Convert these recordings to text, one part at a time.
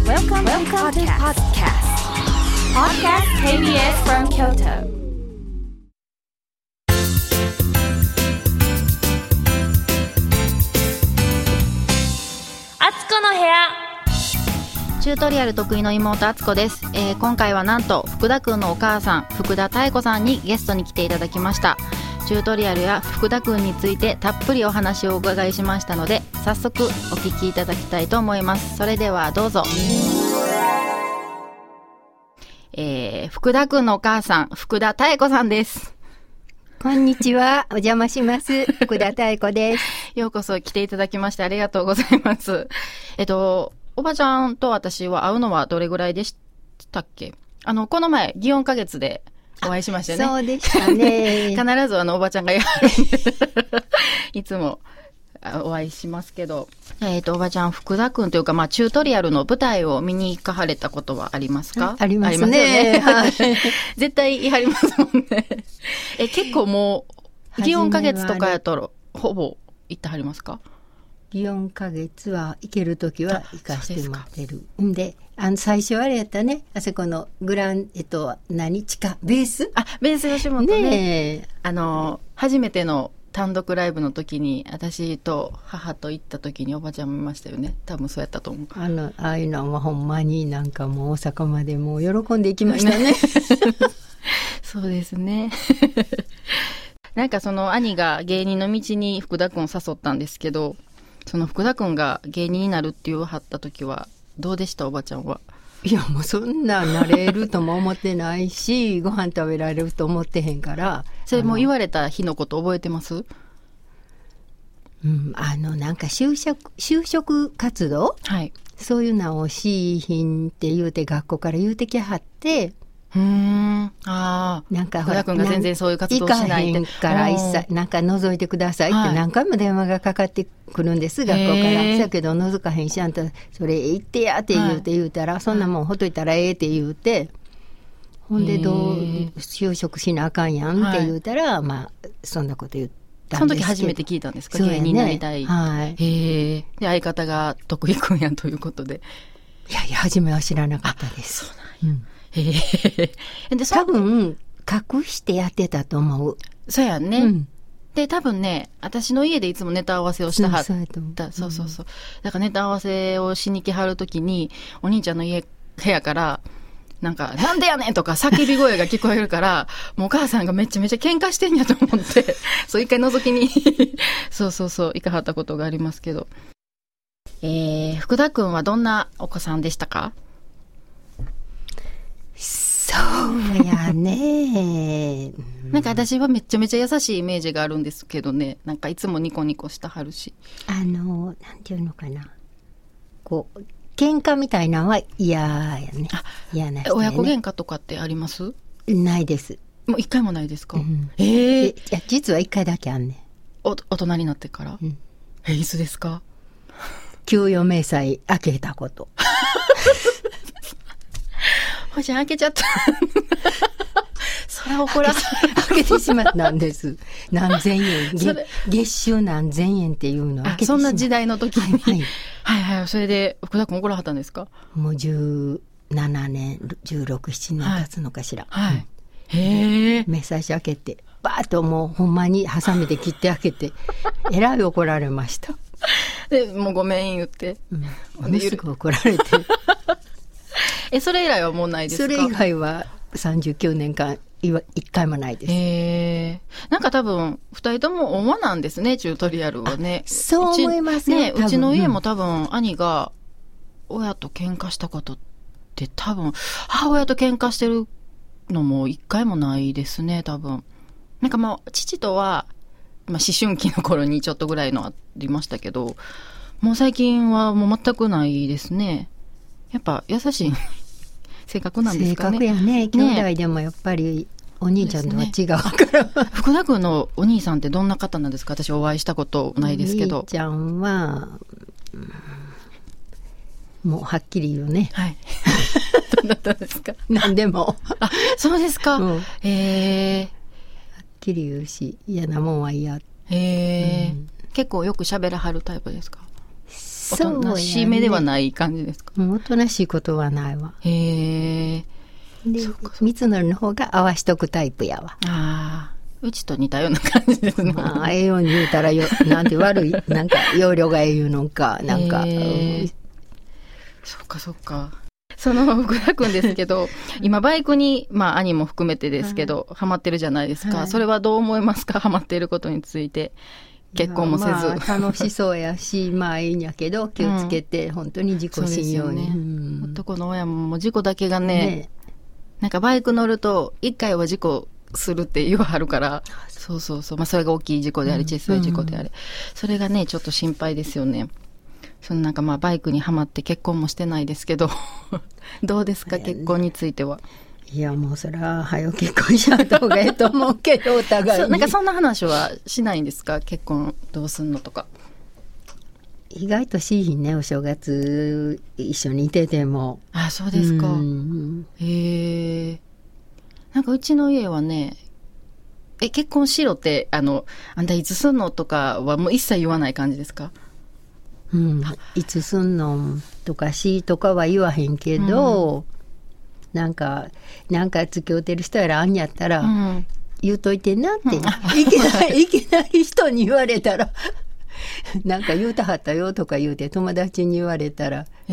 Welcome to podcast KBS from Kyoto. あつこの部屋。 チュートリアル得意の妹あつこです、今回はなんと福田くんのお母さん福田妙子さんにゲストに来ていただきました。チュートリアルや福田くんについてたっぷりお話をお伺いしましたので、早速お聞きいただきたいと思います。それではどうぞ。福田くんのお母さん福田妙子さんです。 こんにちは、お邪魔します。福田妙子です。 ようこそ来ていただきましてありがとうございます。おばちゃんと私は会うのはどれぐらいでしたっけ？この前祇園花月でお会いしましたよね。 そうでしたね。 必ずおばちゃんがやるいつもお会いしますけど、おばちゃん福田くんというか、チュートリアルの舞台を見に行かはれたことはありますか？ ありますね。 はい、絶対言いはりますもんね。結構もう祇園花月とかやとほぼ行ってはりますか？ 祇園花月は行けるときは行かせてもらってるんで、最初あれやったね、あそこのグラン地下ベースベース吉本ね。 ね、 初めての単独ライブの時に私と母と行った時におばちゃんもいましたよね。多分そうやったと思う。 ああいうのはほんまになんかもう大阪までもう喜んでいきましたね。 そうですね。なんかその兄が芸人の道に福田くんを誘ったんですけど、その福田くんが芸人になるって言わはった時はどうでした？おばちゃんは。 いやもうそんななれるとも思ってないしご飯食べられると思ってへんから。 それも言われた日のこと覚えてます？ なんか就職活動、 はい、 そういうのをしいひんって言うて学校から言うてきはって、 なんか福田君が全然そういう活動しないって行かへんから一切なんか覗いてくださいって何回も電話がかかってくるんです、学校からだけど覗かへんし、あんたそれ行ってやって言うたら、そんなもんほっといたらええって言うて、ほんで就職しなあかんやんって言うたら、そんなこと言ってその時初めて聞いたんですか？芸人になりたい。 はい。 で相方が徳井くんやということで。 いや初めは知らなかったです。 そうなんや。 で多分隠してやってたと思う。 そうやんね。で多分ね、私の家でいつもネタ合わせをしたはった。そう。だからネタ合わせをしに来はる時にお兄ちゃんの部屋からなんでやねんとか叫び声が聞こえるからもうお母さんがめちゃめちゃ喧嘩してんやと思ってそう一回覗きにそう行かはったことがありますけど、福田くんはどんなお子さんでしたか？ そうやね。 なんか私はめちゃめちゃ優しいイメージがあるんですけどね。なんかいつもニコニコしたはるし、 なんていうのかな、こう喧嘩みたいなのは嫌やね。嫌な人やね。 親子喧嘩とかってあります？ ないです。 もう一回もないですか？ いや実は一回だけあんねん。 大人になってから、いつですか？ 給与明細開けたこと。 ほじゃ開けちゃった。それは怒らせ開けてしまったんです。何千円月収何千円っていうのを開けてしまった。 そんな時代の時に、 はい、 それで福田君怒らはったんですか？ もう17年16、17年経つのかしら。 へえ。 明細書開けてバーッともうほんまにハサミで切って開けてえらい怒られました。 でもうごめん言って、 ものすぐ怒られてそれ以来はもうないですか？ それ以外は39年間一回もないです。 なんか多分2人とも女なんですね、チュートリアルはね。 そう思いますね。 うちの家も多分兄が親と喧嘩したことって多分母親と喧嘩してるのも1回もないですね、多分。なんかもう父とは、思春期の頃にちょっとぐらいのありましたけど、もう最近はもう全くないですね。やっぱ優しい性格なんですかね。 性格やね。兄弟でもやっぱりお兄ちゃんとは違うから、 福田君のお兄さんってどんな方なんですか？私お会いしたことないですけど。 お兄ちゃんは、もうはっきり言うね。 はい。どんな方ですか？ 何でも。 そうですか。 はっきり言うし、嫌なもんは嫌。 結構よく喋らはるタイプですか？ おとなしめではない感じですか？ おとなしいことはないわ。 へえ。 で三つのりの方が合わしとくタイプやわ。 ああ、うちと似たような感じですね。 まあ、栄養に言うたらなんて悪いなんか容量がええいうのかなんか、 そっかそっか。その福田くんですけど今バイクに、まあ兄も含めてですけど、ハマってるじゃないですか、それはどう思いますか？ハマっていることについて。結婚もせず、 まあ、楽しそうやしまあいいんやけど気をつけて、本当に自己信用に、 男の親も事故だけがね、なんかバイク乗ると一回は事故するって言わはるから、そうそうそう、まあ、それが大きい事故であり小さい事故であれ、それがねちょっと心配ですよね。そのなんかまあバイクにはまって結婚もしてないですけどどうですか、結婚については。 いやもうそれは早く結婚しちゃった方がいいと思うけどお互いになんかそんな話はしないんですか？結婚どうすんのとか。 意外としいひんね、お正月一緒にいてても。 あ、そうですか。へえ。なんかうちの家はね、結婚しろってあんたいつすんのとかはもう一切言わない感じですか？ いつすんのとかしとかは言わへんけど、なんか付き合ってる人やらあんやったら、言うといてなって、いけない人に言われたらなんか言うたはったよとか言うて友達に言われたら、 そ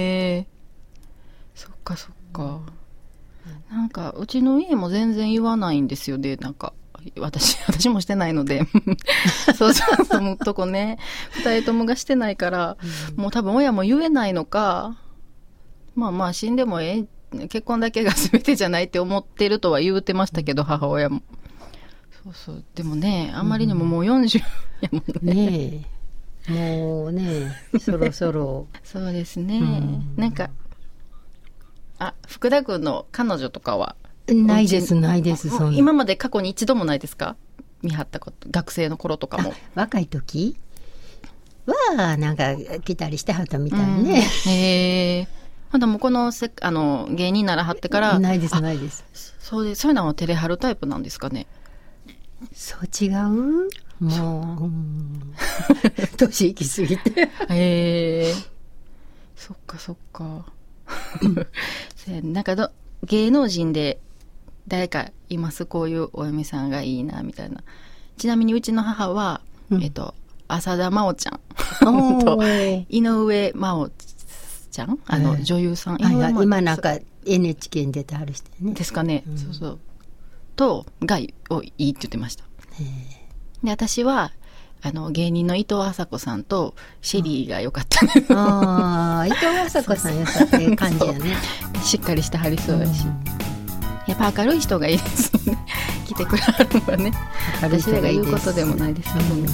っかそっか。なんかうちの家も全然言わないんですよね。なんか私もしてないのでそうそうそう、もうとこね2人ともがしてないから、もう多分親も言えないのか、まあまあ死んでも結婚だけが全てじゃないって思ってるとは言うてましたけど、母親も。そうそう、でもねあんまりにももう40やもんね。 もうねそろそろそうですね、なんか福田君の彼女とかはないですないです。 そんな今まで過去に一度もないですか？見張ったこと、学生の頃とかも。 若い時はなんか来たりしてはったみたいね。 へえ。まだもうこの芸人にならはってからないですないです。 そういうのは照れはるタイプなんですかね？ そう違う、もう年行き過ぎてへえ。そっかそっかなんか芸能人で誰かいます？こういうお嫁さんがいいなみたいな。ちなみにうちの母は、浅田真央ちゃんと井上真央ちゃん、女優さん、 今なんか NHK に出てはる人ねですかね、そうそうとがいいって言ってました。で私は芸人の伊藤麻子さんとシェリーが良かったね。 伊藤麻子さん良かった感じやねしっかりしてはりそうだし、やっぱ明るい人がいいですよね来てくれはるのはね。私らが言うことでもないですけどね。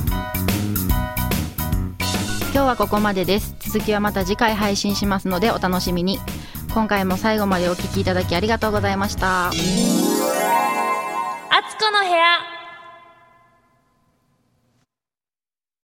今日はここまでです。続きはまた次回配信しますのでお楽しみに。今回も最後までお聞きいただきありがとうございました。 あつこの部屋。